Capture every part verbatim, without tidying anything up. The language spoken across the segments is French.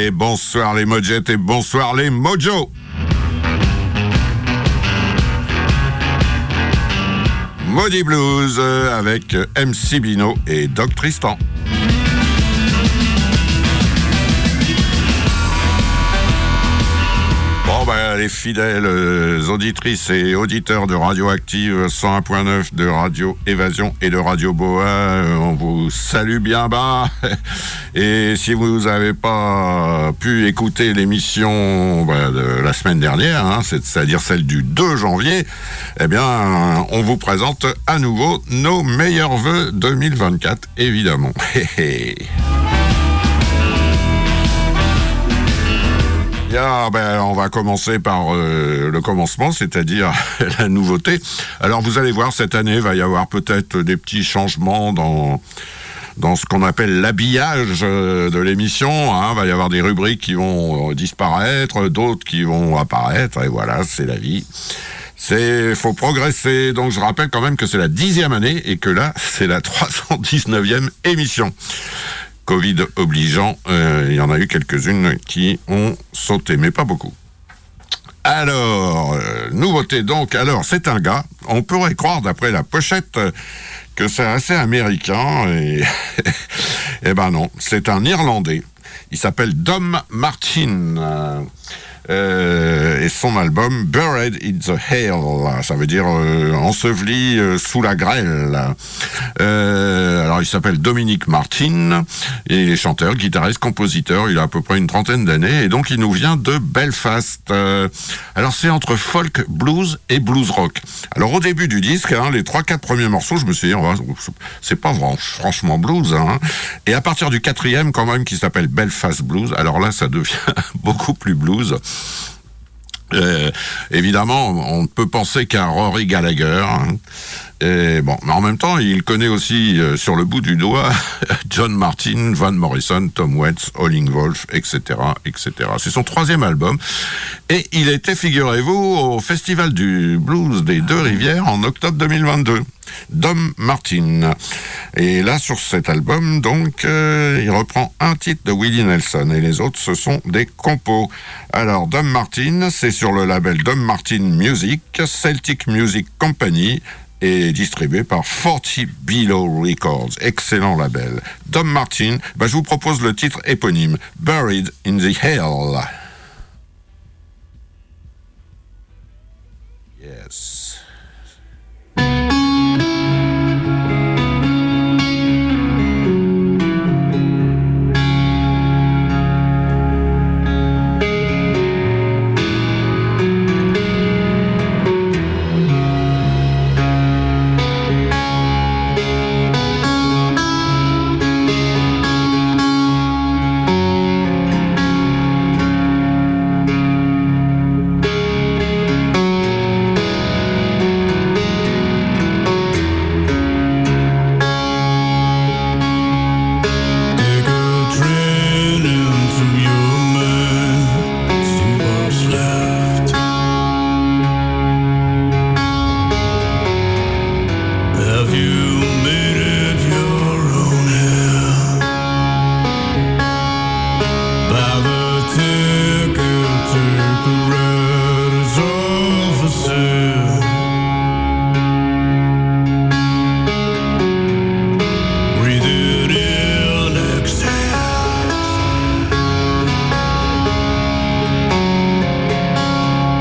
Et bonsoir les Mojettes et bonsoir les Mojo. Maudit Blues avec M C Bino et Doc Tristan. Bon ben les fidèles auditrices et auditeurs de Radioactive cent un point neuf, de Radio Évasion et de Radio Boa, on vous salue bien bas. Et si vous n'avez pas pu écouter l'émission ben, de la semaine dernière, hein, c'est-à-dire celle du deux janvier, eh bien on vous présente à nouveau nos meilleurs vœux deux mille vingt-quatre, évidemment. Ah ben, on va commencer par euh, le commencement, c'est-à-dire la nouveauté. Alors vous allez voir, cette année, il va y avoir peut-être des petits changements dans, dans ce qu'on appelle l'habillage de l'émission. Hein. Il va y avoir des rubriques qui vont disparaître, d'autres qui vont apparaître, et voilà, c'est la vie. C'est, faut progresser. Donc je rappelle quand même que c'est la dixième année et que là, c'est la trois cent dix-neuvième émission. Covid obligeant, euh, il y en a eu quelques-unes qui ont sauté, mais pas beaucoup. Alors, euh, nouveauté donc, alors c'est un gars, on pourrait croire d'après la pochette euh, que c'est assez américain, et eh ben non, c'est un Irlandais. Il s'appelle Dom Martin. Euh, Euh, et son album Buried in the Hail, ça veut dire euh, enseveli euh, sous la grêle. Euh, alors il s'appelle Dominic Martin, et il est chanteur, guitariste, compositeur, il a à peu près une trentaine d'années, et donc il nous vient de Belfast. Euh, alors c'est entre folk, blues et blues rock. Alors au début du disque, hein, les trois quatre premiers morceaux, je me suis dit, oh, c'est pas vraiment, franchement blues, hein. Et à partir du quatrième quand même, qui s'appelle Belfast Blues, alors là ça devient beaucoup plus blues. Euh, évidemment, on ne peut penser qu'à Rory Gallagher. Hein. Et bon, mais en même temps, il connaît aussi euh, sur le bout du doigt John Martin, Van Morrison, Tom Waits, Howlin' Wolf, et cetera, et cetera. C'est son troisième album, et il était, figurez-vous, au Festival du Blues des Deux-Rivières en octobre deux mille vingt-deux. Dom Martin. Et là, sur cet album, donc, euh, il reprend un titre de Willie Nelson, et les autres, ce sont des compos. Alors, Dom Martin, c'est sur le label Dom Martin Music, Celtic Music Company, et distribué par forty Below Records. Excellent label. Dom Martin, bah, je vous propose le titre éponyme, Buried in the Hail. Yes.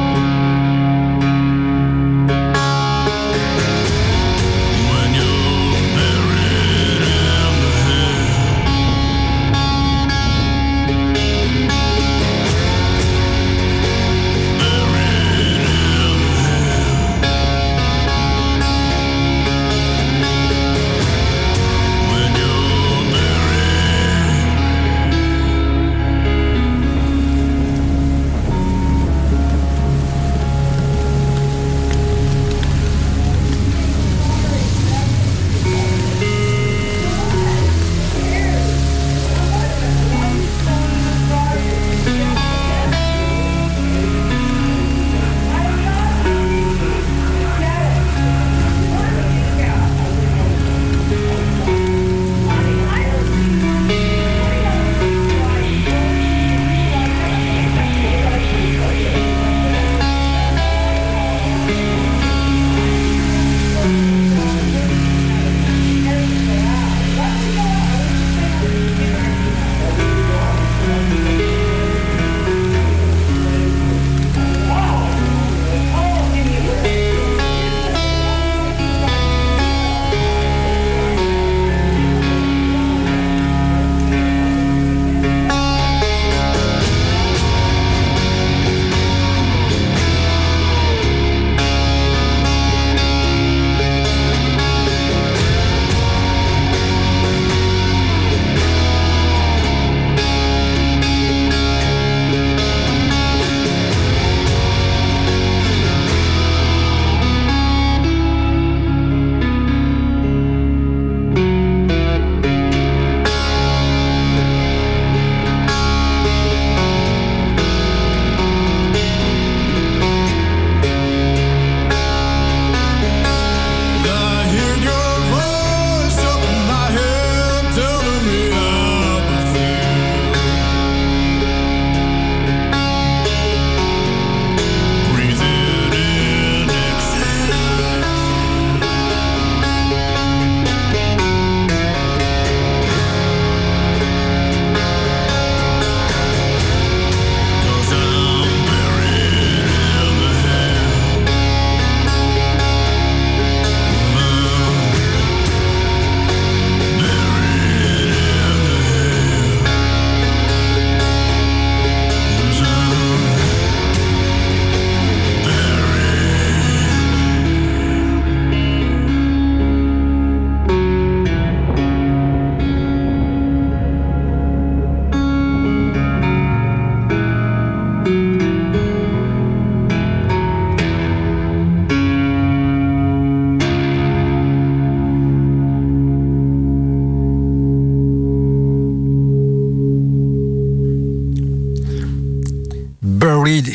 When you're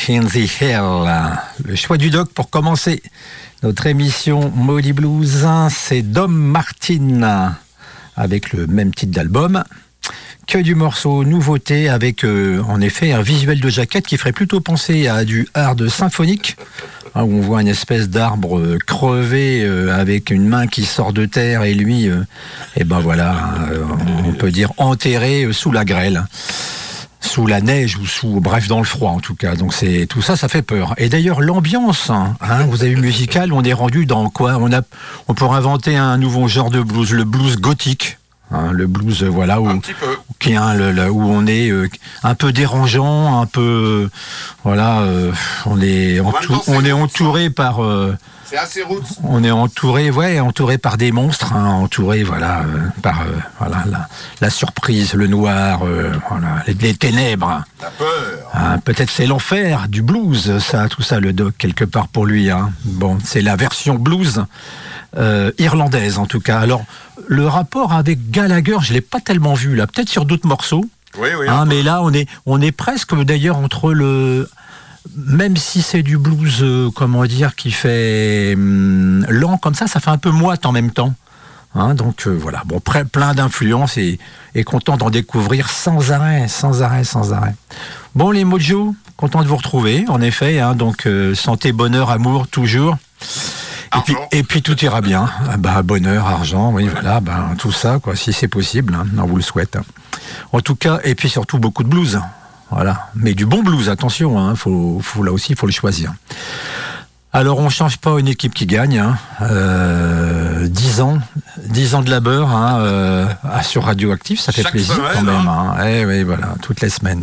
in the Hell. Le choix du doc pour commencer notre émission Maudit Blues, c'est Dom Martin avec le même titre d'album. Que du morceau nouveauté avec euh, en effet un visuel de jaquette qui ferait plutôt penser à du hard symphonique, hein, où on voit une espèce d'arbre euh, crevé euh, avec une main qui sort de terre et lui, euh, et ben voilà, euh, on peut dire enterré euh, sous la grêle, sous la neige ou sous, bref, dans le froid en tout cas. Donc c'est tout ça, ça fait peur. Et d'ailleurs l'ambiance, hein, vous avez vu musicale, on est rendu dans quoi ? On a, on pourrait inventer un nouveau genre de blues, le blues gothique. Hein, le blues, voilà, où, qui, hein, le, le, où on est euh, un peu dérangeant, un peu, euh, voilà, euh, on est, entou- temps, on est entouré par. Euh, c'est assez roots. On est entouré, ouais, entouré par des monstres, hein, entouré, voilà, euh, par, euh, voilà, la, la surprise, le noir, euh, voilà, les, les ténèbres. La peur. Hein, peut-être c'est l'enfer du blues, ça, tout ça, le doc quelque part pour lui. Hein. Bon, c'est la version blues. Euh, irlandaise en tout cas. Alors le rapport avec Gallagher, je l'ai pas tellement vu là, peut-être sur d'autres morceaux. Oui, oui. Hein, mais là on est on est presque d'ailleurs entre le, même si c'est du blues, euh, comment dire, qui fait hum, lent comme ça, ça fait un peu moite en même temps. Hein, donc euh, voilà, bon, pré- plein d'influences et, et content d'en découvrir sans arrêt, sans arrêt, sans arrêt. Bon les Mojo, content de vous retrouver, en effet. Hein, donc euh, santé, bonheur, amour, toujours. Et puis, et puis tout ira bien. Ah bah, bonheur, argent, oui, voilà, bah, tout ça, quoi, si c'est possible, hein, on vous le souhaite. En tout cas, et puis surtout beaucoup de blues. Voilà. Mais du bon blues, attention, hein, faut, faut, là aussi, il faut le choisir. Alors, on ne change pas une équipe qui gagne. Hein. Euh, dix ans, dix ans de labeur hein, euh, sur Radioactif, ça fait Chaque plaisir semaine, quand même. Hein. Hein. Eh oui, voilà, toutes les semaines.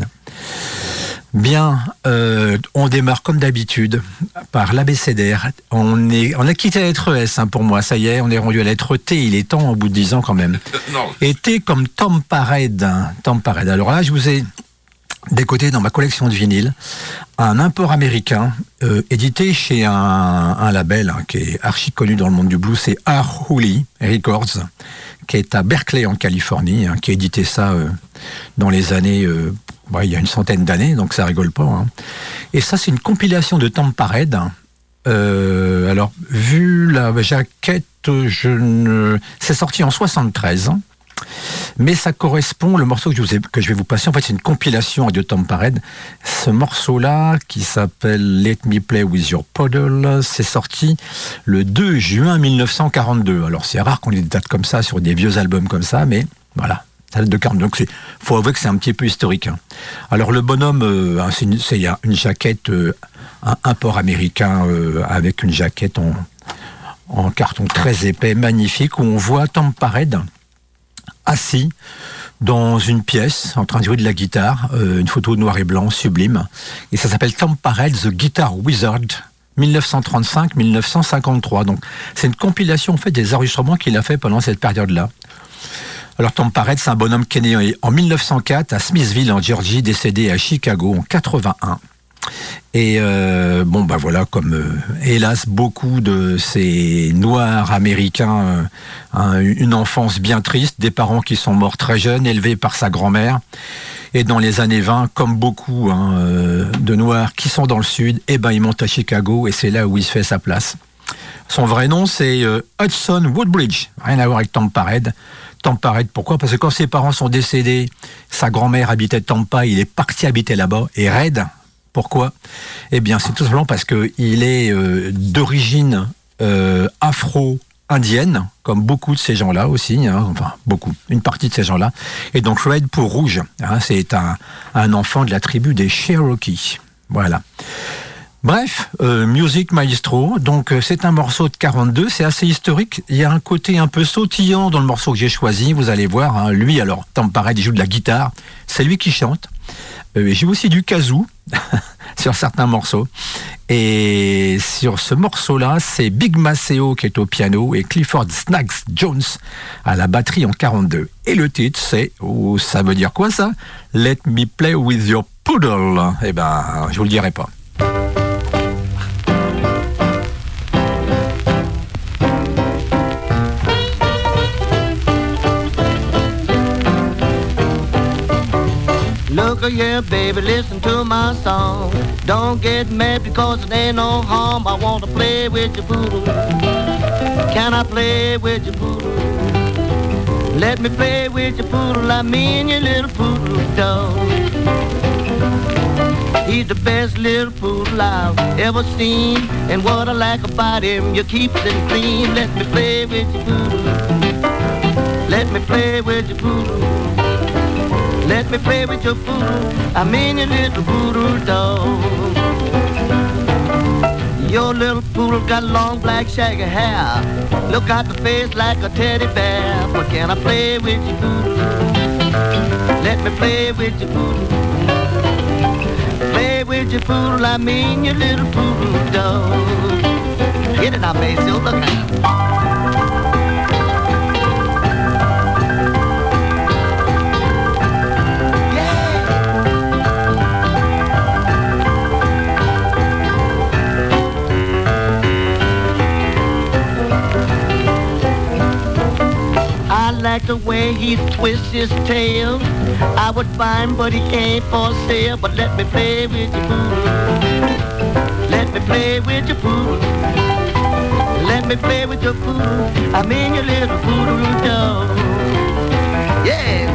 Bien, euh, on démarre comme d'habitude par l'abécédaire. On, est, on a quitté la lettre S hein, pour moi, ça y est, on est rendu à la lettre T, il est temps au bout de dix ans quand même. Non. Et T comme Tom Parade. Hein, Tom Parade. Alors là, je vous ai décoté dans ma collection de vinyles un import américain euh, édité chez un, un label hein, qui est archi connu dans le monde du blues, c'est Unruly Records, qui est à Berkeley en Californie, hein, qui a édité ça euh, dans les années... Euh, Ouais, il y a une centaine d'années, donc ça rigole pas. Hein. Et ça, c'est une compilation de Tom Parade. Euh, alors, vu la jaquette, je ne... c'est sorti en soixante-treize. Hein. Mais ça correspond, le morceau que je, vous ai, que je vais vous passer, en fait, c'est une compilation de Tom Parade. Ce morceau-là, qui s'appelle Let Me Play With Your Puddle, c'est sorti le deux juin mille neuf cent quarante-deux. Alors, c'est rare qu'on ait des dates comme ça sur des vieux albums comme ça, mais voilà. De quarante, donc il faut avouer que c'est un petit peu historique. Hein. Alors le bonhomme, euh, c'est, une, c'est une jaquette, euh, un import américain euh, avec une jaquette en, en carton très épais, magnifique, où on voit Tom Parade assis dans une pièce en train de jouer de la guitare, euh, une photo noir et blanc sublime, et ça s'appelle Tom Parade The Guitar Wizard dix-neuf cent trente-cinq à dix-neuf cent cinquante-trois. Donc c'est une compilation en fait des enregistrements qu'il a fait pendant cette période-là. Alors Tom Parade, c'est un bonhomme qui est né en mille neuf cent quatre à Smithville en Géorgie, décédé à Chicago en quatre-vingt-un. Et euh, bon bah voilà, comme euh, hélas beaucoup de ces noirs américains, euh, hein, une enfance bien triste, des parents qui sont morts très jeunes, élevés par sa grand-mère. Et dans les années vingt, comme beaucoup hein, euh, de noirs qui sont dans le sud, eh ben il monte à Chicago et c'est là où il se fait sa place. Son vrai nom c'est euh, Hudson Woodbridge, rien à voir avec Tom Parade. Tom Parade, pourquoi ? Parce que quand ses parents sont décédés, sa grand-mère habitait Tampa, il est parti habiter là-bas. Et Red, pourquoi ? Eh bien, c'est tout simplement parce qu'il est euh, d'origine euh, afro-indienne, comme beaucoup de ces gens-là aussi, hein, enfin beaucoup, une partie de ces gens-là. Et donc Red pour rouge, hein, c'est un, un enfant de la tribu des Cherokee. Voilà. Bref, euh, Music Maestro, donc euh, c'est un morceau de quarante-deux, c'est assez historique, il y a un côté un peu sautillant dans le morceau que j'ai choisi, vous allez voir, hein, lui alors, Tom Parade, il joue de la guitare, c'est lui qui chante, euh, il joue aussi du kazoo sur certains morceaux, et sur ce morceau-là, c'est Big Maceo qui est au piano et Clifford Snacks Jones à la batterie en quarante-deux, et le titre c'est, oh, ça veut dire quoi ça ? Let me play with your poodle, eh ben, je vous le dirai pas. Look Look here, baby, listen to my song. Don't get mad because it ain't no harm. I want to play with your poodle. Can I play with your poodle? Let me play with your poodle. I mean your little poodle dog. He's the best little poodle I've ever seen. And what I like about him, you keep him clean. Let me play with your poodle. Let me play with your poodle. Let me play with your poodle. I mean your little poodle dog. Your little poodle got long black shaggy hair. Look at the face like a teddy bear. But can I play with your poodle? Let me play with your poodle. Play with your poodle, I mean your little poodle dog. Get it now, Basil, look out. Like the way he twists his tail, I would buy him, but he ain't for sale. But let me play with your poodle. Let me play with your poodle. Let me play with your poodle. I mean your little poodle dog. Yeah.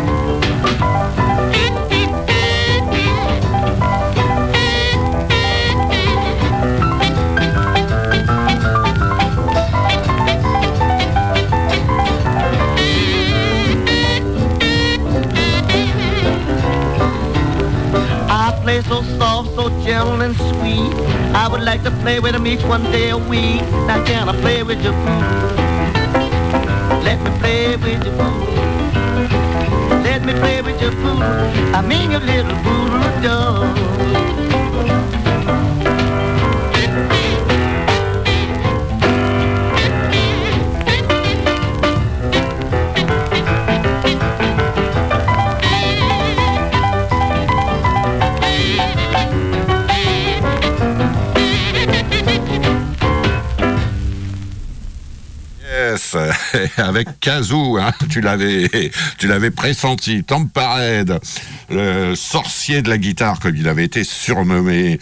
Play so soft, so gentle and sweet. I would like to play with him each one day a week. Now can I play with your poodle? Let me play with your poodle. Let me play with your poodle. I mean your little poodle dog. Avec Kazoo, hein, tu l'avais, tu l'avais pressenti. Tom Parade, le sorcier de la guitare, comme il avait été surnommé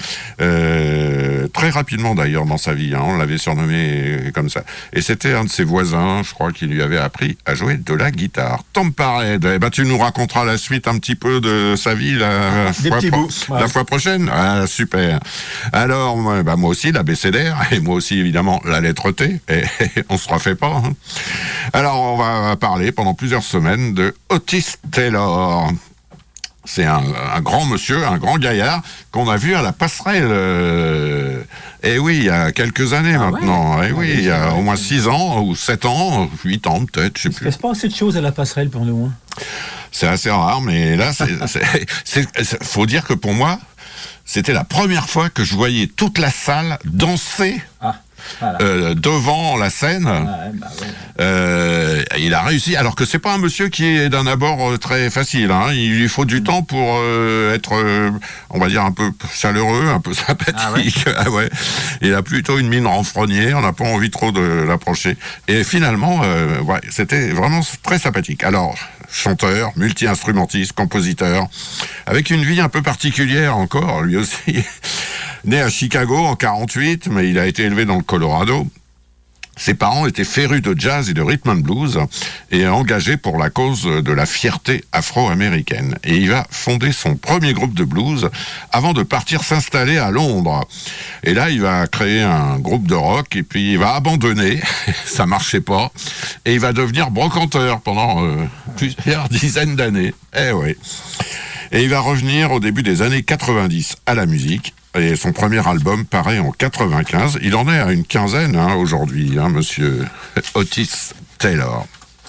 euh, très rapidement d'ailleurs dans sa vie. Hein, on l'avait surnommé comme ça. Et c'était un de ses voisins, je crois, qui lui avait appris à jouer de la guitare. Tom Parade. Eh ben, tu nous raconteras la suite un petit peu de sa vie la, Des fois, petits pro- bouts, ouais. la fois prochaine. Ah, super. Alors, bah, moi aussi, l'abécédaire, et moi aussi, évidemment, la lettre T. Et, et on se refait pas. Hein. Alors, on va parler pendant plusieurs semaines de Otis Taylor. C'est un, un grand monsieur, un grand gaillard qu'on a vu à la passerelle. Euh, et oui, il y a quelques années ah maintenant. Ouais. Et oui, il y a au moins six ans ou sept ans, huit ans peut-être, je sais plus. Il ne se passe pas assez de choses à la passerelle pour nous. Hein. C'est assez rare, mais là, c'est, c'est, c'est, c'est, faut dire que pour moi, c'était la première fois que je voyais toute la salle danser. Ah. Voilà. Euh, devant la scène, ah ouais, bah ouais. euh, il a réussi. Alors que c'est pas un monsieur qui est d'un abord très facile. Hein. Il lui faut du mmh. temps pour euh, être, euh, on va dire un peu chaleureux, un peu sympathique. Ah ouais. Ah ouais. Il a plutôt une mine renfrognière. On n'a pas envie trop de l'approcher. Et finalement, euh, ouais, c'était vraiment très sympathique. Alors, chanteur, multi-instrumentiste, compositeur, avec une vie un peu particulière encore, lui aussi. Né à Chicago en quarante-huit, mais il a été élevé dans le Colorado. Ses parents étaient férus de jazz et de rhythm and blues et engagés pour la cause de la fierté afro-américaine. Et il va fonder son premier groupe de blues avant de partir s'installer à Londres. Et là, il va créer un groupe de rock et puis il va abandonner, ça marchait pas, et il va devenir brocanteur pendant euh, plusieurs dizaines d'années. Eh oui. Et il va revenir au début des années quatre-vingt-dix à la musique. Et son premier album paraît en quatre-vingt-quinze. Il en est à une quinzaine hein, aujourd'hui, hein, monsieur Otis Taylor.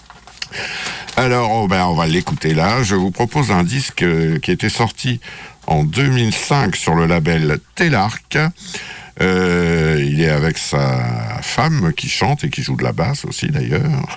Alors, oh ben, on va l'écouter là. Je vous propose un disque euh, qui était sorti en deux mille cinq sur le label Telarc. Euh, il est avec sa femme qui chante et qui joue de la basse aussi d'ailleurs.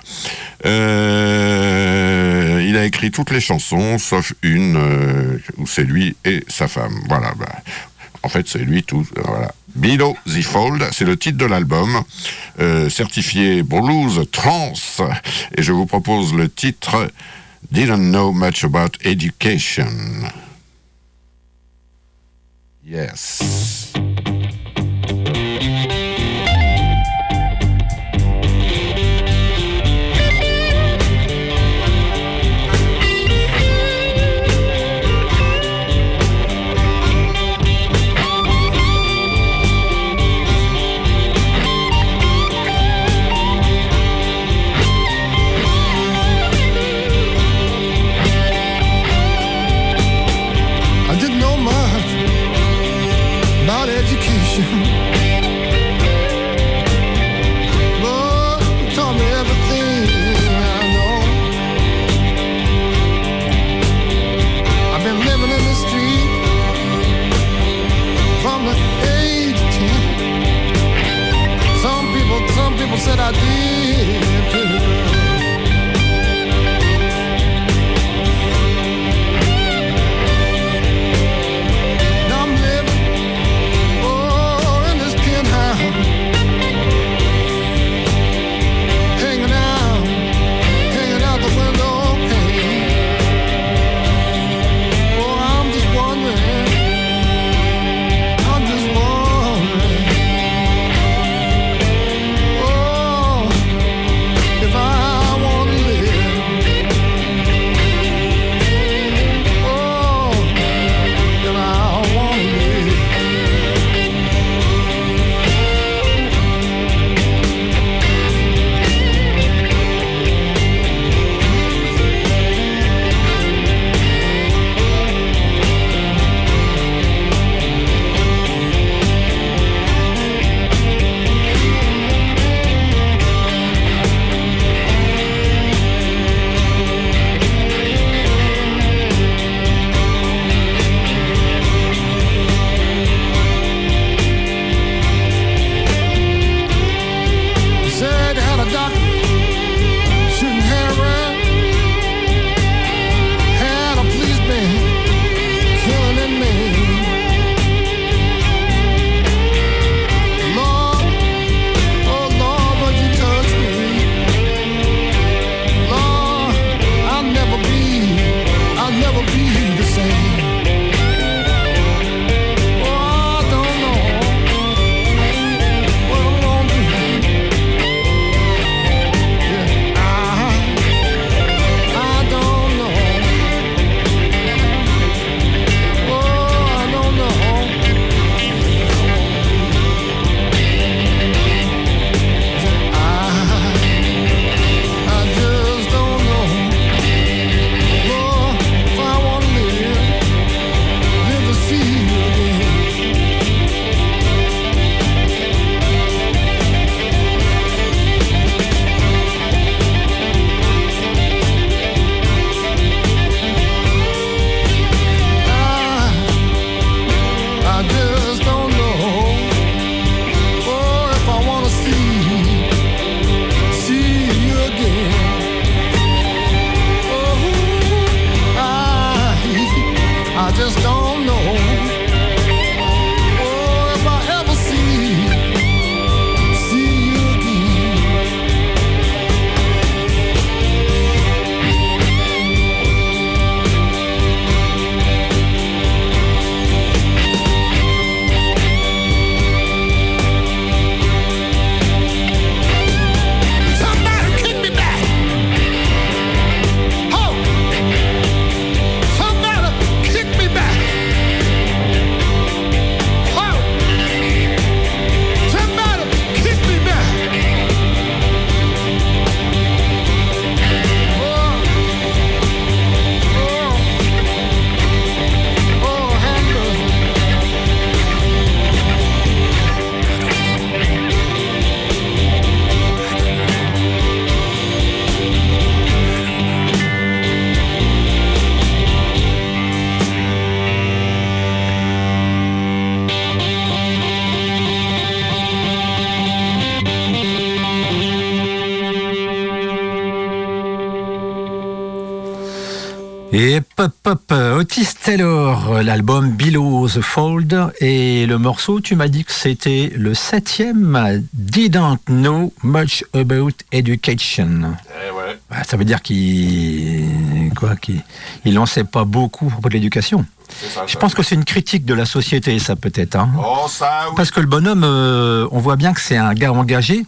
Euh, il a écrit toutes les chansons, sauf une euh, où c'est lui et sa femme. Voilà. Bah, en fait, c'est lui tout. Euh, voilà. Below the Fold, c'est le titre de l'album, euh, certifié blues trance. Et je vous propose le titre Didn't Know Much About Education. Yes. Said I did to the girl. Now I'm living, oh, in this penthouse, hanging out, hanging out the window pane. Oh, I'm just wondering, I'm just wondering. If I want to live, oh, if I want to live. Said they had a doctor shooting heroin, had a policeman killing that man. Lord, oh Lord, but you touch me. Lord, I'll never be, I'll never be the same. Oh, I don't know what I'm gonna do. I don't know. Oh, I don't know. I, I just don't know. Lord, if I want to live, live to see you again. I, I just don't know. Oh, if I want to see, see you again. Oh, I, I just don't know. Oh, if I ever see, see you again. Somebody kick me back. Oh, somebody kick me back. Oh, somebody kick me back. Oh, oh, oh, have mercy. Et pop pop, Otis Taylor, l'album Below the Fold, et le morceau, tu m'as dit que c'était le septième, Didn't Know Much About Education. Eh ouais. bah, ça veut dire qu'il quoi, qu'il il n'en sait pas beaucoup à propos de l'éducation. Ça, Je ça pense fait. que c'est une critique de la société, ça peut-être. Hein. Oh, ça, oui. Parce que le bonhomme, euh, on voit bien que c'est un gars engagé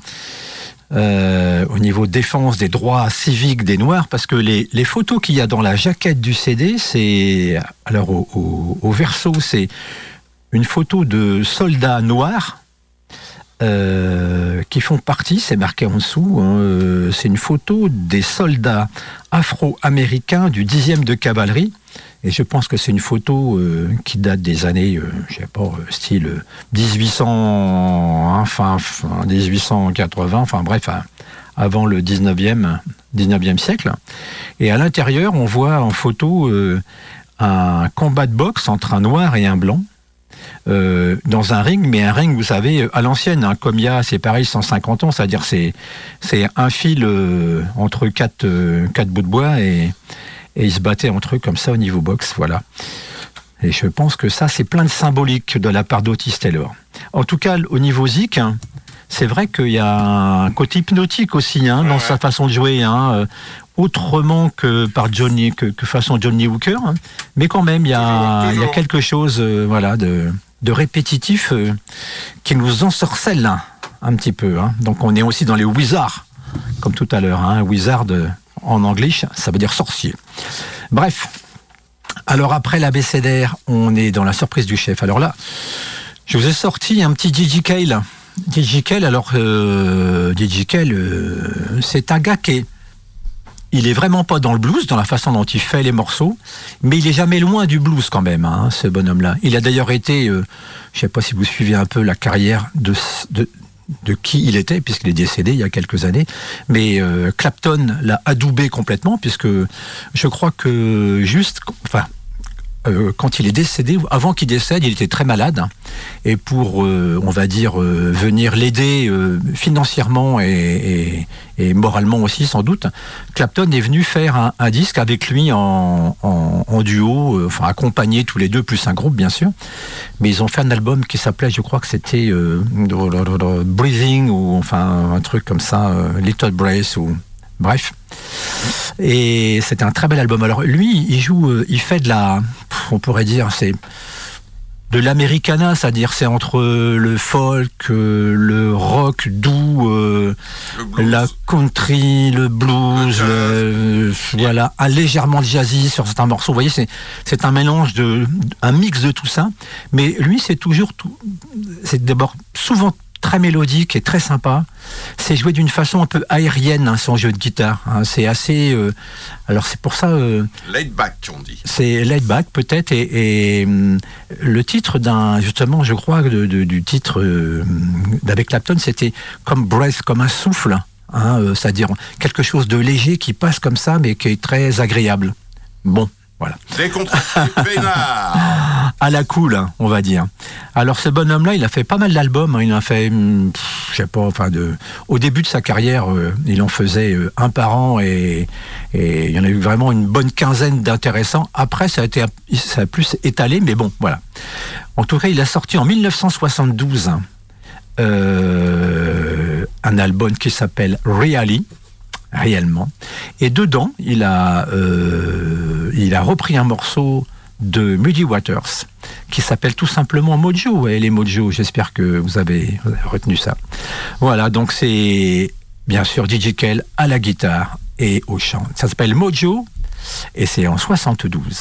euh, au niveau défense des droits civiques des Noirs, parce que les, les photos qu'il y a dans la jaquette du C D, c'est alors au, au, au verso, c'est une photo de soldats noirs. Euh, qui font partie, c'est marqué en dessous, hein, euh, c'est une photo des soldats afro-américains du dixième de cavalerie, et je pense que c'est une photo euh, qui date des années, euh, je sais pas, euh, style euh, dix-huit cents, hein, fin, fin dix-huit cent quatre-vingts, enfin bref, hein, avant le dix-neuvième siècle. Et à l'intérieur, on voit en photo euh, un combat de boxe entre un noir et un blanc. Euh, dans un ring, mais un ring, vous savez, à l'ancienne, hein, comme il y a, c'est pareil, cent cinquante ans, c'est-à-dire c'est c'est un fil euh, entre quatre, euh, quatre bouts de bois et, et ils se battaient entre eux comme ça au niveau boxe, voilà. Et je pense que ça, c'est plein de symbolique de la part d'Otis Taylor. En tout cas, au niveau zik, hein, c'est vrai qu'il y a un côté hypnotique aussi hein, dans ouais. sa façon de jouer, hein, euh, autrement que par Johnny, que, que façon Johnny Hooker, hein, mais quand même, il y a, Toujours, il y a toujours. quelque chose, euh, voilà, de de répétitif euh, qui nous ensorcelle hein, un petit peu. Hein. Donc on est aussi dans les wizards, comme tout à l'heure. Hein. Wizard euh, en anglais, ça veut dire sorcier. Bref, alors après l'abécédaire, on est dans la surprise du chef. Alors là, je vous ai sorti un petit D J Cale. D J Cale, alors euh, D J Cale, euh, c'est un gars qui est il est vraiment pas dans le blues, dans la façon dont il fait les morceaux, mais il est jamais loin du blues quand même, hein, ce bonhomme-là. Il a d'ailleurs été, euh, je sais pas si vous suivez un peu la carrière de, de, de qui il était, puisqu'il est décédé il y a quelques années, mais euh, Clapton l'a adoubé complètement, puisque je crois que juste, enfin, euh, quand il est décédé, avant qu'il décède, il était très malade, hein, et pour, euh, on va dire, euh, venir l'aider euh, financièrement et, et, et moralement aussi, sans doute, Clapton est venu faire un, un disque avec lui en, en, en duo, euh, enfin accompagné tous les deux, plus un groupe bien sûr, mais ils ont fait un album qui s'appelait, je crois que c'était euh, Breathing, ou enfin un truc comme ça, euh, Little Breath, ou bref. Et c'était un très bel album. Alors lui, il joue, euh, il fait de la, on pourrait dire, c'est de l'americana, c'est-à-dire c'est entre le folk, euh, le rock doux, euh, Le blues. la country, le blues, Le euh, voilà, un légèrement jazzy sur certains morceaux. Vous voyez, c'est c'est un mélange de, un mix de tout ça. Mais lui, c'est toujours tout, c'est d'abord souvent très mélodique et très sympa. C'est joué d'une façon un peu aérienne, hein, son jeu de guitare. Hein. C'est assez. Euh, alors c'est pour ça. Euh, Laid back, on dit. c'est laid back peut-être, et, et hum, le titre d'un, justement, je crois, de, de, du titre euh, d'avec Clapton, c'était comme breath, comme un souffle, hein, euh, c'est-à-dire quelque chose de léger qui passe comme ça, mais qui est très agréable. Bon, voilà. Décontracté, peinard. À la cool, hein, on va dire. Alors ce bonhomme-là, il a fait pas mal d'albums. Hein. Il a fait, hum, pff, je sais pas, enfin, de, au début de sa carrière, euh, il en faisait euh, un par an, et, et il y en a eu vraiment une bonne quinzaine d'intéressants. Après, ça a été, ça a plus étalé, mais bon, voilà. En tout cas, il a sorti en mille neuf cent soixante-douze hein, euh, un album qui s'appelle Really. Réellement. Et dedans, il a, euh, il a repris un morceau de Muddy Waters qui s'appelle tout simplement Mojo. Et les Mojo, j'espère que vous avez, vous avez retenu ça. Voilà, donc c'est bien sûr D J Cale à la guitare et au chant. Ça s'appelle Mojo et c'est en soixante-douze.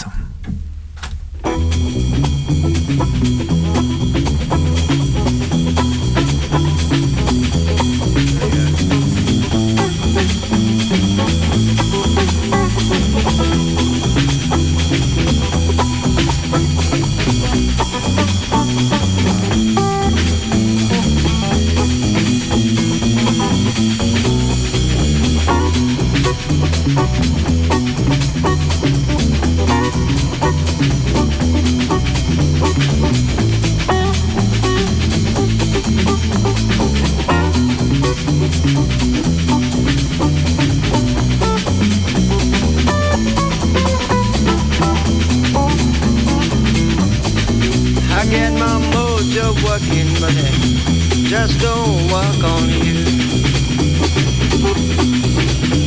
Thank you.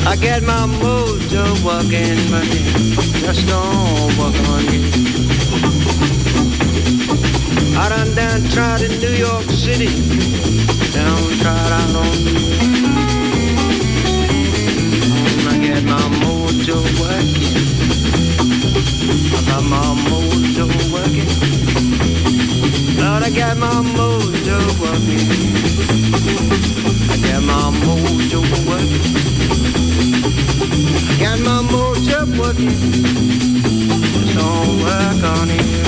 I get my mojo working, but it just don't work on me. I done done tried in New York City, down tried out on me. I get my mojo working, I got my mojo working. Lord, I got my mojo working, I got my mojo working, I got my mojo working, just don't work on it.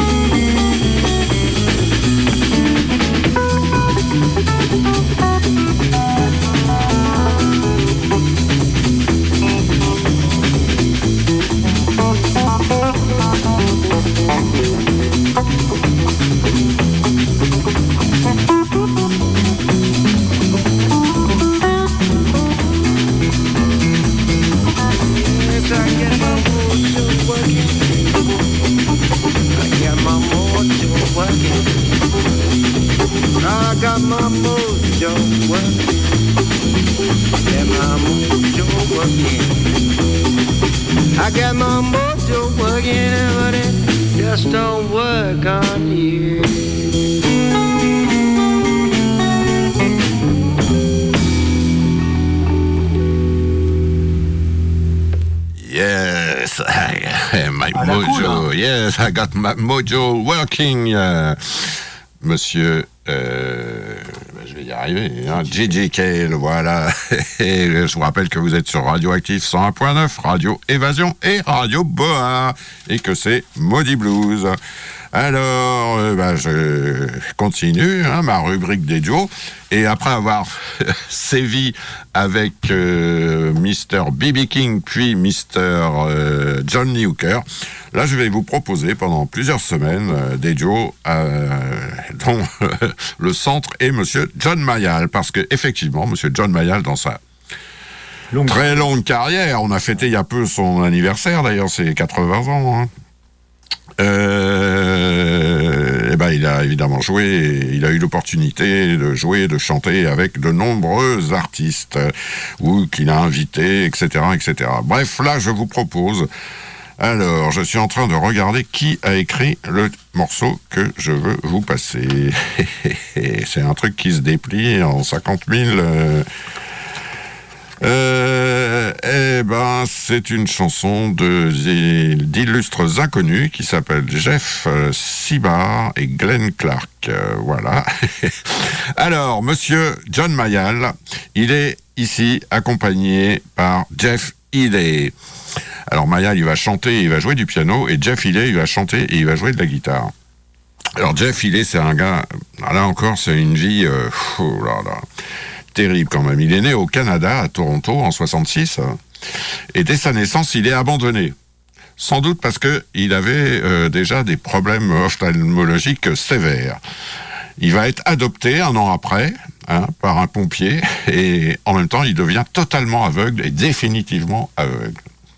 I got my mojo working, yeah, my mojo working. I got my mojo working, but it just don't work on you. Yes, I, my mojo. Yes, I got my mojo working. Uh, Monsieur, euh, je vais y arriver, hein, J J K, voilà. Et je vous rappelle que vous êtes sur Radioactif cent un point neuf, Radio Évasion et Radio Boa, et que c'est Maudit Blues. Alors, euh, bah, je continue hein, ma rubrique des duos, et après avoir sévi avec euh, mister B B King puis mister Euh, John Lee Hooker, là je vais vous proposer pendant plusieurs semaines euh, des duos euh, dont euh, le centre est monsieur John Mayall, parce que effectivement monsieur John Mayall, dans sa longue très longue carrière, on a fêté il y a peu son anniversaire d'ailleurs, c'est quatre-vingts ans, hein. Euh, et ben il a évidemment joué, il a eu l'opportunité de jouer, de chanter avec de nombreux artistes ou qu'il a invités, et cetera, et cetera. Bref, là je vous propose. Alors, je suis en train de regarder qui a écrit le morceau que je veux vous passer. C'est un truc qui se déplie en cinquante mille. Euh, Euh, eh ben, c'est une chanson de, d'illustres inconnus qui s'appelle Jeff Sibar et Glenn Clark. Euh, voilà. Alors, monsieur John Mayall, il est ici accompagné par Jeff Healey. Alors, Mayall, il va chanter, il va jouer du piano, et Jeff Healey, il va chanter et il va jouer de la guitare. Alors, Jeff Healey, c'est un gars, là encore, c'est une vie, euh, oh là là, terrible quand même. Il est né au Canada, à Toronto, en soixante-six, et dès sa naissance, il est abandonné. Sans doute parce que il avait euh, déjà des problèmes ophtalmologiques sévères. Il va être adopté un an après, hein, par un pompier, et en même temps, il devient totalement aveugle et définitivement aveugle.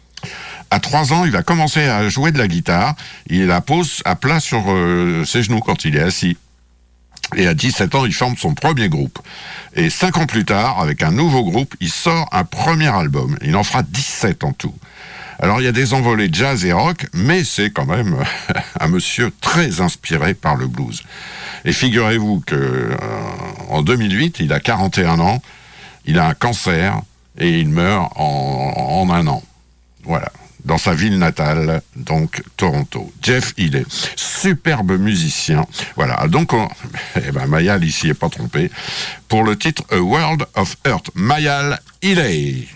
À trois ans, il va commencer à jouer de la guitare. Il la pose à plat sur euh, ses genoux quand il est assis. Et à dix-sept ans, il forme son premier groupe. Et cinq ans plus tard, avec un nouveau groupe, il sort un premier album. Il en fera dix-sept en tout. Alors, il y a des envolées jazz et rock, mais c'est quand même un monsieur très inspiré par le blues. Et figurez-vous que euh, en deux mille huit, il a quarante et un ans, il a un cancer, et il meurt en, en un an. Voilà. Dans sa ville natale, donc Toronto. Jeff Healey, superbe musicien. Voilà, donc on, eh ben, Mayall ici n'est pas trompé. Pour le titre A World of Hurt, Mayall Healey.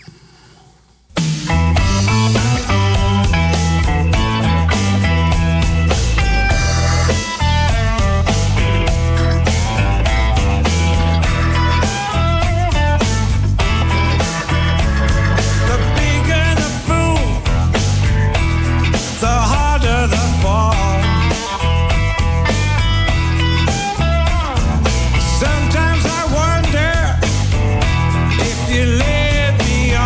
Sometimes I wonder if you let me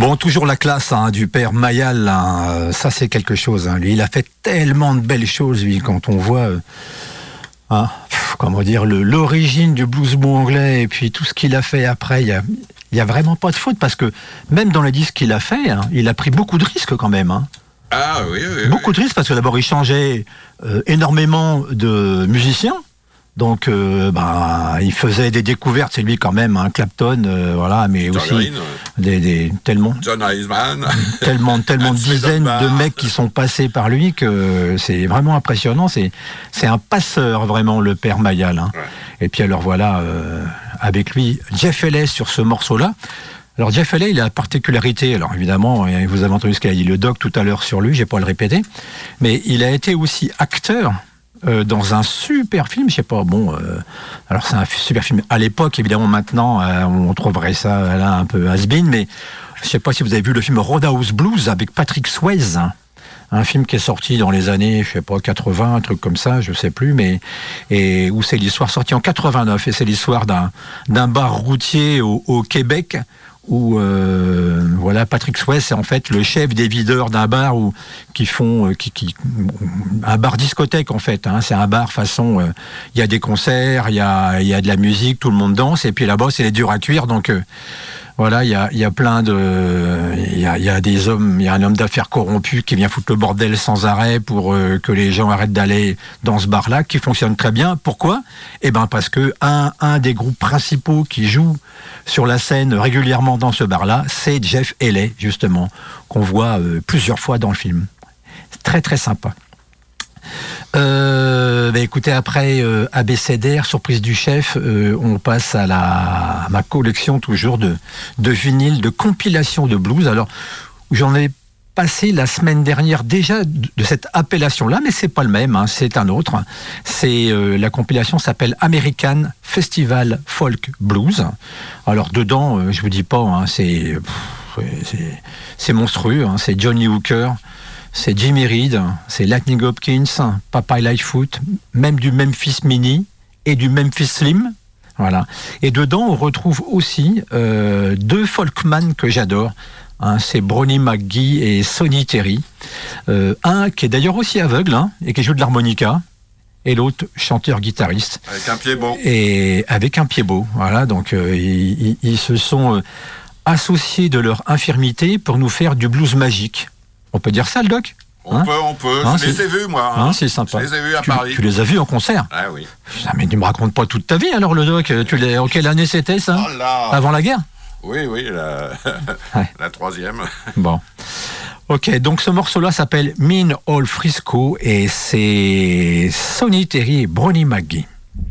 Bon, toujours la classe hein, du père Mayall, hein, euh, ça c'est quelque chose. Hein. Lui, il a fait tellement de belles choses, lui, quand on voit, euh, hein, pff, comment dire, le, l'origine du blues boo anglais et puis tout ce qu'il a fait après, il y a, il y a vraiment pas de faute parce que même dans les disques qu'il a fait, hein, il a pris beaucoup de risques quand même. Hein. Ah oui, oui. Beaucoup oui. de risques parce que d'abord il changeait euh, énormément de musiciens. Donc, euh, bah, il faisait des découvertes, c'est lui quand même, hein, Clapton, euh, voilà, mais John aussi Green, des, des tellement, John Heisman. tellement, tellement de Alfred dizaines Dunbar. de mecs qui sont passés par lui que c'est vraiment impressionnant. C'est, c'est un passeur vraiment, le père Mayall. Hein. Ouais. Et puis alors voilà, euh, avec lui, Jeff Ellis sur ce morceau-là. Alors Jeff Ellis, il a la particularité, alors évidemment, vous avez entendu ce qu'a dit le doc tout à l'heure sur lui, je vais pas le répéter, mais il a été aussi acteur. Euh, dans un super film, je sais pas, bon, euh, alors c'est un super film à l'époque, évidemment maintenant euh, on trouverait ça là un peu has-been, mais je sais pas si vous avez vu le film Roadhouse Blues avec Patrick Swayze, hein, un film qui est sorti dans les années, je sais pas, quatre-vingts, un truc comme ça, je sais plus, mais et où c'est l'histoire sortie en quatre-vingt-neuf et c'est l'histoire d'un d'un bar routier au, au Québec. Où euh, voilà, Patrick Swayze c'est en fait le chef des videurs d'un bar où qui font euh, qui, qui un bar discothèque en fait hein, c'est un bar façon il euh, y a des concerts, il y a il y a de la musique, tout le monde danse et puis là-bas c'est les durs à cuire donc euh, voilà, il y a il y a plein de il y a il y a des hommes, il y a un homme d'affaires corrompu qui vient foutre le bordel sans arrêt pour euh, que les gens arrêtent d'aller dans ce bar-là qui fonctionne très bien. Pourquoi ? Eh ben parce que un un des groupes principaux qui joue sur la scène régulièrement dans ce bar-là, c'est Jeff Ellis justement qu'on voit euh, plusieurs fois dans le film. C'est très très sympa. Euh, bah écoutez, après euh, Abécédaire, Surprise du chef, euh, on passe à, la, à ma collection toujours de, de vinyles, de compilations de blues. Alors, j'en ai passé la semaine dernière déjà de, de cette appellation-là, mais c'est pas le même, hein, c'est un autre. C'est euh, la compilation s'appelle American Festival Folk Blues. Alors dedans, euh, je vous dis pas, hein, c'est, pff, c'est c'est monstrueux. Hein, c'est Johnny Hooker. C'est Jimmy Reed, c'est Lightning Hopkins, Popeye Lightfoot, même du Memphis Mini et du Memphis Slim. Voilà. Et dedans, on retrouve aussi euh, deux folkman que j'adore. Hein, c'est Brownie McGhee et Sonny Terry. Euh, un qui est d'ailleurs aussi aveugle hein, et qui joue de l'harmonica. Et l'autre, chanteur-guitariste. Avec un pied beau. Et avec un pied beau. Voilà, donc euh, ils, ils, ils se sont euh, associés de leur infirmité pour nous faire du blues magique. On peut dire ça, le doc ? On hein peut, on peut. hein, je les ai vus, moi. Hein, c'est sympa. Je les ai vus à tu, Paris. Tu les as vus en concert ? Ah oui. Putain, mais tu me racontes pas toute ta vie, alors, le doc. Tu l'as, en quelle année c'était, ça ? Oh là. Avant la guerre ? Oui, oui, la, Ouais. la troisième. Bon. Ok, donc ce morceau-là s'appelle Mean Old Frisco et c'est Sonny Terry et Brownie McGhee.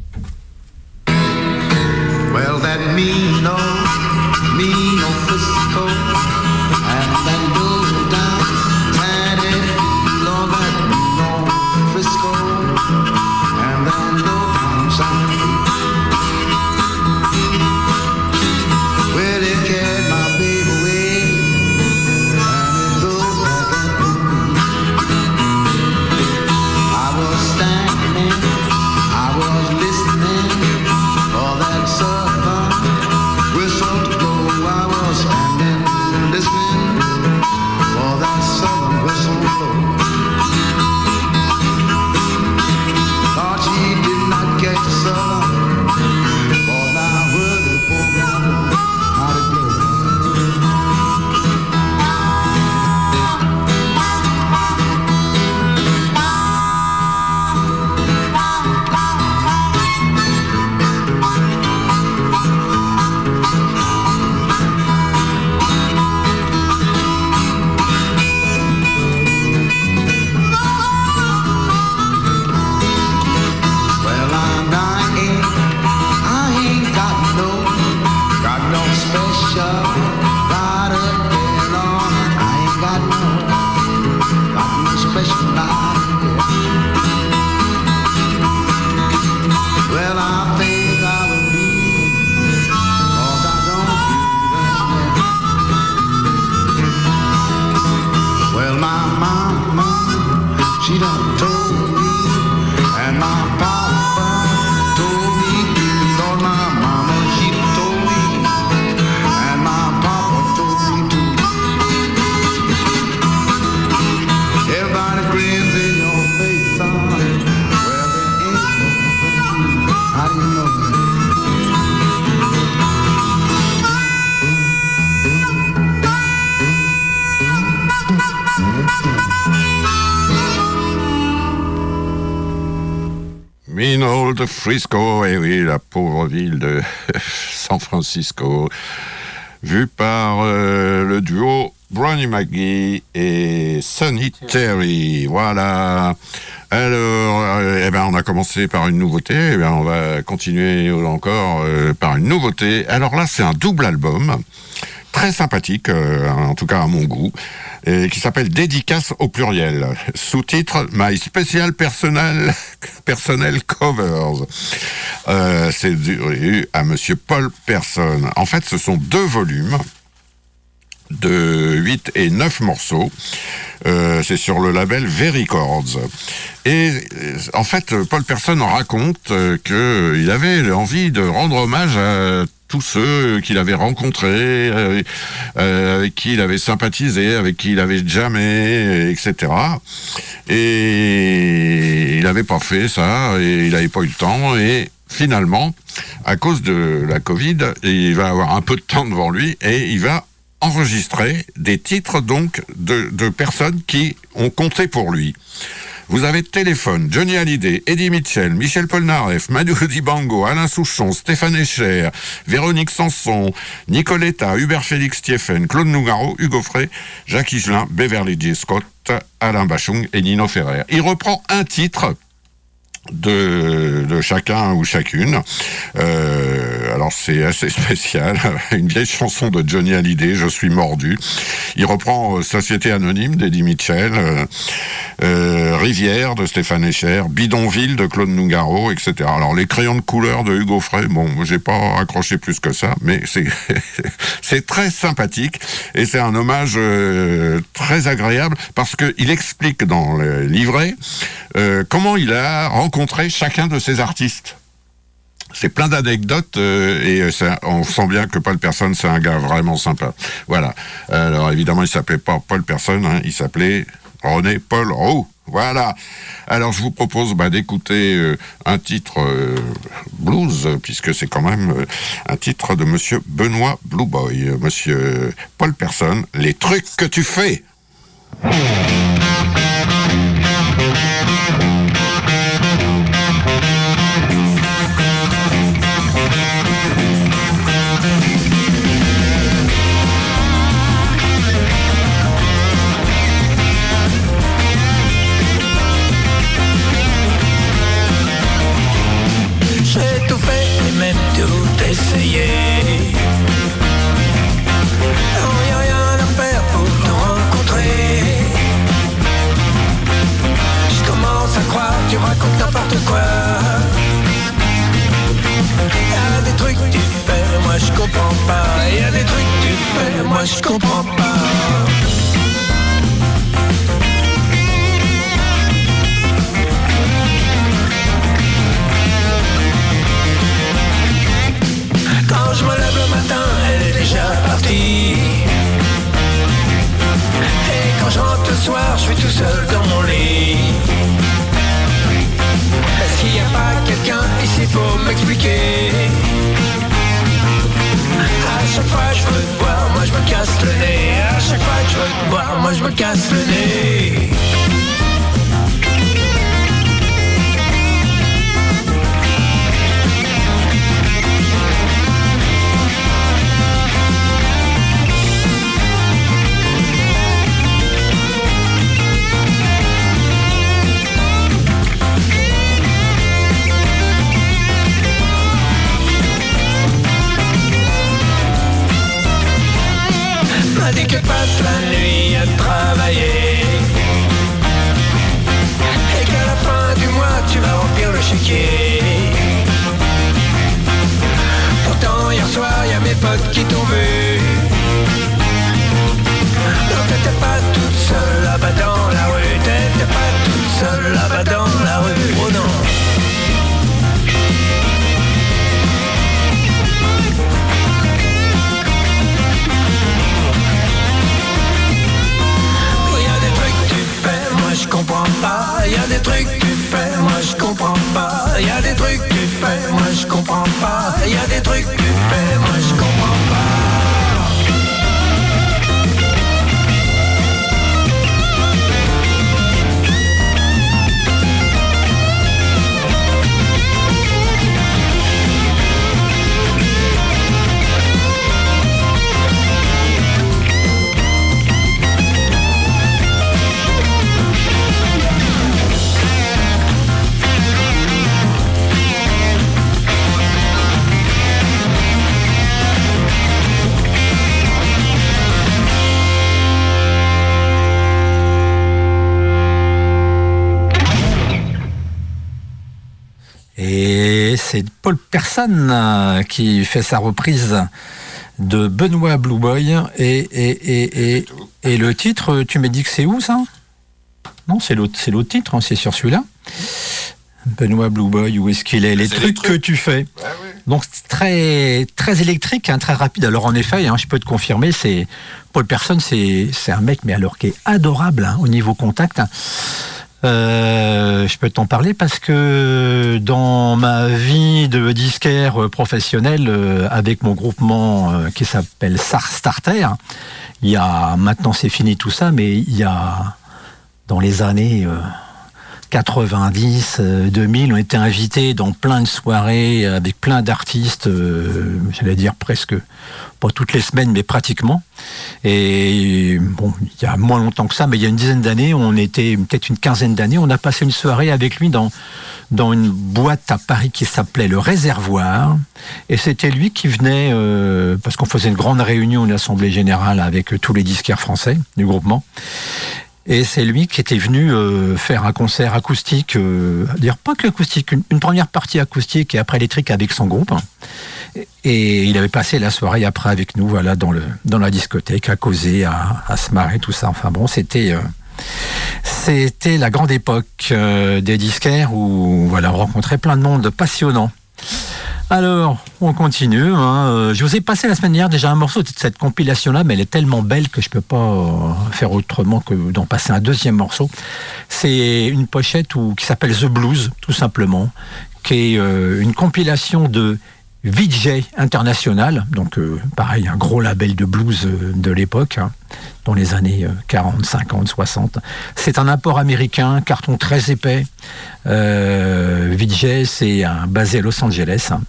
Well, that mean old, mean old Frisco, and that goes down, Patty, Lord, that mean old Frisco, and that goes down, Sunday. Well, it carried my baby away, and it goes like that. I was standing, I was listening for that southern whistle to blow. I was standing, listening for that southern whistle to blow. Thought she did not catch the southern, but I heard the program how to blow. Well, I'm dying, I ain't got no, got no special, got a deal on, I ain't got no, got no special life. Well, I think I will leave, 'cause I don't feel that. Well, my mama, she done told me, and my papa told me too. Lord, my mama, she told me, and my papa told me too. in old Frisco, et oui, la pauvre ville de San Francisco, vue par euh, le duo Brownie McGee et Sonny Terry. Voilà. Alors, euh, eh ben, on a commencé par une nouveauté, eh ben, on va continuer encore euh, par une nouveauté. Alors là, c'est un double album, très sympathique, euh, en tout cas à mon goût, et qui s'appelle Dédicace au pluriel. Sous-titre My Special Personal, Personnel Covers. Euh, c'est dû à Monsieur Paul Person. En fait, ce sont deux volumes de huit et neuf morceaux. Euh, c'est sur le label V-Records. Et euh, en fait, Paul Person en raconte euh, qu'il avait envie de rendre hommage à tous ceux qu'il avait rencontrés, euh, euh, avec qui il avait sympathisé, avec qui il avait jamais, et cetera. Et il n'avait pas fait ça, et il n'avait pas eu le temps, et finalement, à cause de la Covid, il va avoir un peu de temps devant lui, et il va enregistrer des titres donc de, de personnes qui ont compté pour lui. Vous avez Téléphone, Johnny Hallyday, Eddie Mitchell, Michel Polnareff, Manu Dibango, Alain Souchon, Stéphane Escher, Véronique Sanson, Nicoletta, Hubert Félix Thieffen, Claude Nougaro, Hugo Frey, Jacques Higelin, Beverly J. Scott, Alain Bachung et Nino Ferrer. Il reprend un titre de, de chacun ou chacune. Euh, alors c'est assez spécial. Une vieille chanson de Johnny Hallyday, Je suis mordu. Il reprend euh, Société Anonyme d'Eddie Mitchell, euh, euh, Rivière de Stéphane Escher, Bidonville de Claude Nougaro, et cetera. Alors les crayons de couleur de Hugo Frey, bon, j'ai pas accroché plus que ça, mais c'est c'est très sympathique et c'est un hommage euh, très agréable parce que il explique dans le livret euh, comment il a rencontré chacun de ces artistes. C'est plein d'anecdotes euh, et ça, on sent bien que Paul Person, c'est un gars vraiment sympa. Voilà. Alors évidemment, il s'appelait pas Paul Person, hein, il s'appelait René Paul Roux. Voilà. Alors je vous propose bah, d'écouter euh, un titre euh, blues, puisque c'est quand même euh, un titre de Monsieur Benoît Blue Boy, euh, Monsieur Paul Person, Les trucs que tu fais. J'ai tout fait et même tout essayé. Oh, y a rien à faire pour te rencontrer. Je commence à croire que tu racontes n'importe quoi. Y a des trucs que tu fais, moi je comprends pas. Y a des trucs que tu fais, moi je comprends pas. Quand je me lève le matin, elle est déjà partie. Et quand je rentre le soir, je suis tout seul dans mon lit. Est-ce qu'il n'y a pas quelqu'un ici pour m'expliquer? À chaque fois je veux te voir, moi je me casse le nez. À chaque fois que je veux te voir, moi je me casse le nez. M'a dit que passe la nuit à travailler et qu'à la fin du mois tu vas remplir le chéquier. Pourtant hier soir y'a mes potes qui t'ont vu. Non, t'étais pas toute seule là-bas dans la rue. T'étais pas toute seule là-bas dans la rue. Oh non. Je comprends pas, y a des trucs que tu fais, moi je comprends pas. Y a des trucs que tu fais, moi je comprends pas. Y a des trucs que tu fais, moi je comprends pas. Et c'est Paul Persson euh, qui fait sa reprise de Benoît Blue Boy. Et, et, et, et, et le titre, tu m'as dit que c'est où ça ? Non, c'est l'autre, c'est l'autre titre, hein, c'est sur celui-là. Benoît Blue Boy, où est-ce qu'il est ? Les trucs que tu fais. Ouais, oui. Donc très très électrique, hein, très rapide. Alors en effet, hein, je peux te confirmer, c'est Paul Persson, c'est c'est un mec, mais alors qui est adorable hein, au niveau contact. Euh, je peux t'en parler parce que dans ma vie de disquaire professionnel, euh, avec mon groupement euh, qui s'appelle Star Starter, il y a maintenant c'est fini tout ça, mais il y a dans les années euh, quatre-vingt-dix, deux mille, on était invités dans plein de soirées avec plein d'artistes, euh, j'allais dire presque, pas toutes les semaines, mais pratiquement. Et bon, il y a moins longtemps que ça, mais il y a une dizaine d'années, on était, peut-être une quinzaine d'années, on a passé une soirée avec lui dans, dans une boîte à Paris qui s'appelait Le Réservoir. Et c'était lui qui venait, euh, parce qu'on faisait une grande réunion, une assemblée générale avec tous les disquaires français du groupement. Et c'est lui qui était venu euh, faire un concert acoustique, euh, dire pas que l'acoustique, une, une première partie acoustique et après électrique avec son groupe. Et, et il avait passé la soirée après avec nous, voilà, dans le dans la discothèque, à causer, à, à se marrer, tout ça. Enfin bon, c'était euh, c'était la grande époque euh, des disquaires où voilà, on rencontrait plein de monde passionnant. Alors, on continue. Hein. Je vous ai passé la semaine dernière déjà un morceau de cette compilation-là, mais elle est tellement belle que je ne peux pas faire autrement que d'en passer un deuxième morceau. C'est une pochette où, qui s'appelle The Blues, tout simplement, qui est euh, une compilation de V J International, donc euh, pareil, un gros label de blues euh, de l'époque, hein, dans les années quarante, cinquante, soixante. C'est un import américain, carton très épais. Euh, V J, c'est un, basé à Los Angeles. Hein.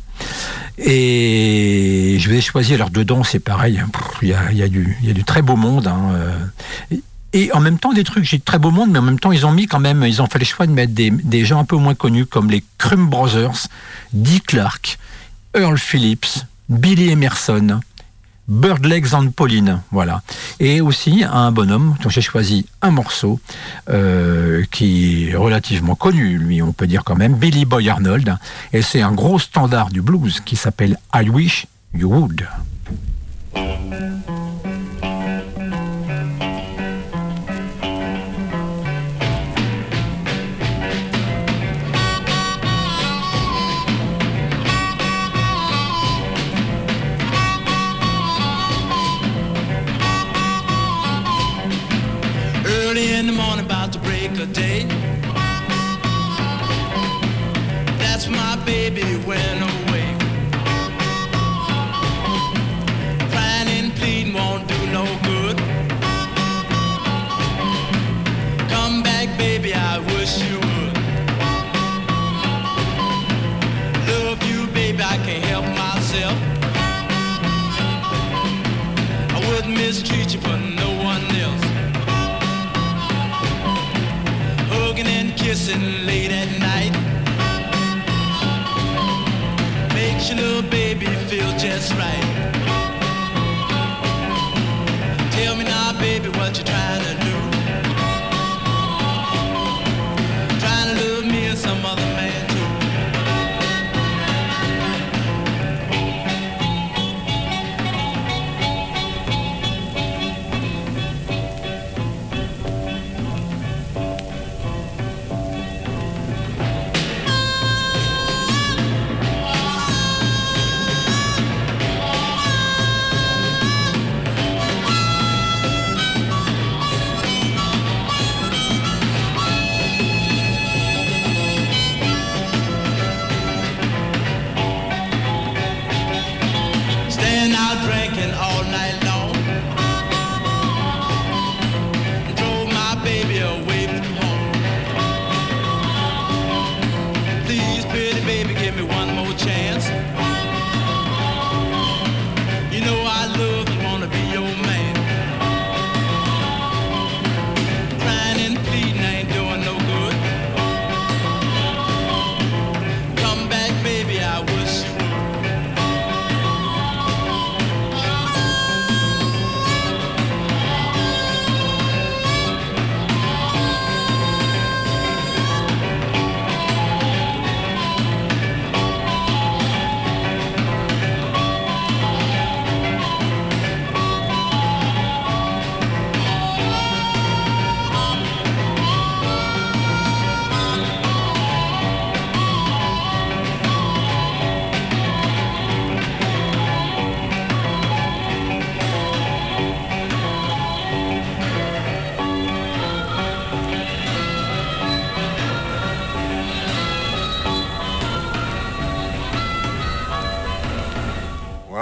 Et je vais choisir, alors dedans, c'est pareil, il y a, y a, du, y a du très beau monde. Hein, euh, et en même temps, des trucs, j'ai de très beau monde, mais en même temps, ils ont mis quand même, ils ont fait le choix de mettre des, des gens un peu moins connus, comme les Crum Brothers, Dick Clark, Earl Phillips, Billy Emerson, Bird Legs and Pauline, voilà. Et aussi un bonhomme dont j'ai choisi un morceau euh, qui est relativement connu, lui, on peut dire quand même, Billy Boy Arnold. Et c'est un gros standard du blues qui s'appelle I Wish You Would. In the morning about to break a day, that's when my baby went away. Crying and pleading won't do no good. Come back, baby, I wish you would. Love you, baby, I can't help myself. I wouldn't mistreat you for no one else. Hugging and kissing late at night makes your little baby feel just right. Tell me now, baby, what you trying to do? Trying to love me and some other man too.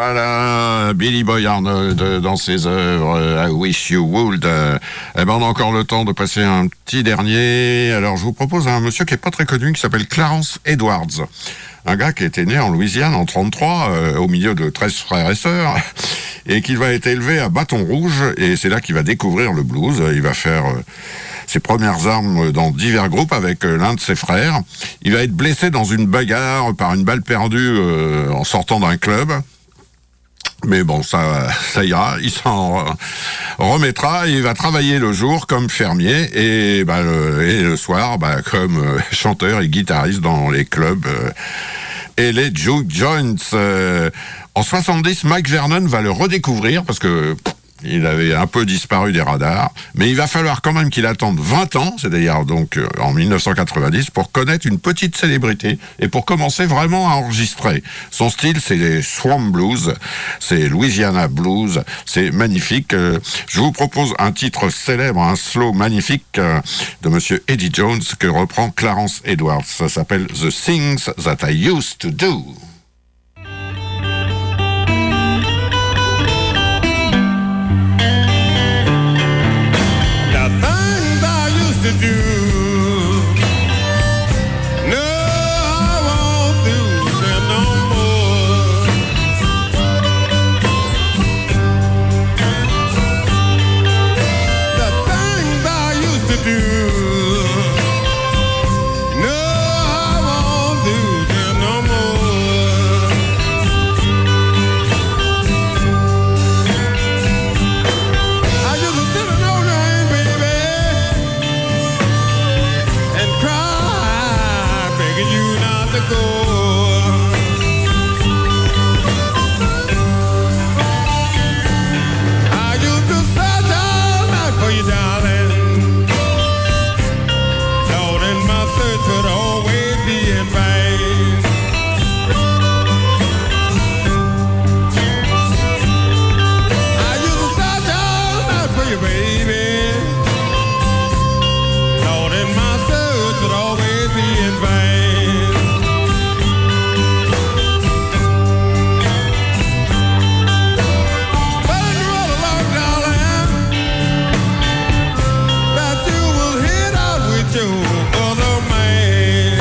Voilà, Billy Boy Arnold dans ses œuvres, I Wish You Would. Euh, eh ben, on a encore le temps de passer un petit dernier. Alors, je vous propose un monsieur qui est pas très connu, qui s'appelle Clarence Edwards. Un gars qui était né en Louisiane en trente-trois, euh, au milieu de treize frères et sœurs, et qui va être élevé à Bâton Rouge, et c'est là qu'il va découvrir le blues. Il va faire euh, ses premières armes dans divers groupes avec euh, l'un de ses frères. Il va être blessé dans une bagarre par une balle perdue euh, en sortant d'un club. Mais bon, ça, ça ira, il s'en remettra, il va travailler le jour comme fermier et, bah, le, et le soir bah, comme euh, chanteur et guitariste dans les clubs euh, et les juke joints. Euh, en soixante-dix, Mike Vernon va le redécouvrir parce que pff, il avait un peu disparu des radars, mais il va falloir quand même qu'il attende vingt ans, c'est-à-dire donc euh, en dix-neuf cent quatre-vingt-dix, pour connaître une petite célébrité et pour commencer vraiment à enregistrer. Son style, c'est les Swamp Blues, c'est Louisiana Blues, c'est magnifique. Euh, je vous propose un titre célèbre, un slow magnifique euh, de monsieur Eddie Jones que reprend Clarence Edwards. Ça s'appelle The Things That I Used to Do. To do. No, I won't do them no more. The things I used to do. No, I won't do them no more. I used to sit and hold your hand, baby, and cry, begging you not to go. I used to search all night for you, darling. Lord, and my search would always be in vain. I used to search all night for you, baby. Lord, and my search would always be in vain. But you roll along, darling, that you will hit out with your other man.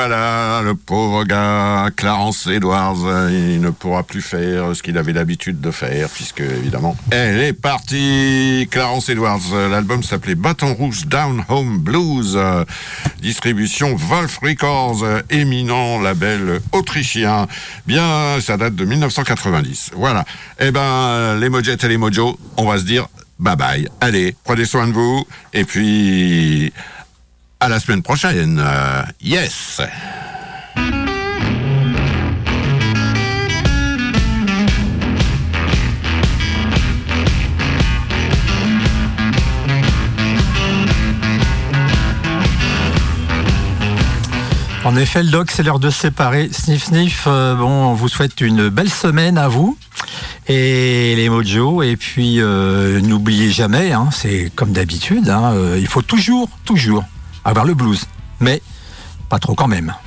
voilà, le pauvre gars, Clarence Edwards, il ne pourra plus faire ce qu'il avait l'habitude de faire, puisque, évidemment, elle est partie. Clarence Edwards, l'album s'appelait Bâton Rouge Down Home Blues, distribution Wolf Records, éminent label autrichien. Bien, ça date de dix-neuf cent quatre-vingt-dix. Voilà. Eh ben, les Mojettes et les Mojos, on va se dire bye bye. Allez, prenez soin de vous, et puis à la semaine prochaine. Euh, yes! En effet, le doc, c'est l'heure de se séparer. Sniff, sniff, euh, bon, on vous souhaite une belle semaine à vous et les Mojos. Et puis, euh, n'oubliez jamais, hein, c'est comme d'habitude, hein, euh, il faut toujours, toujours avoir le blues. Mais pas trop quand même.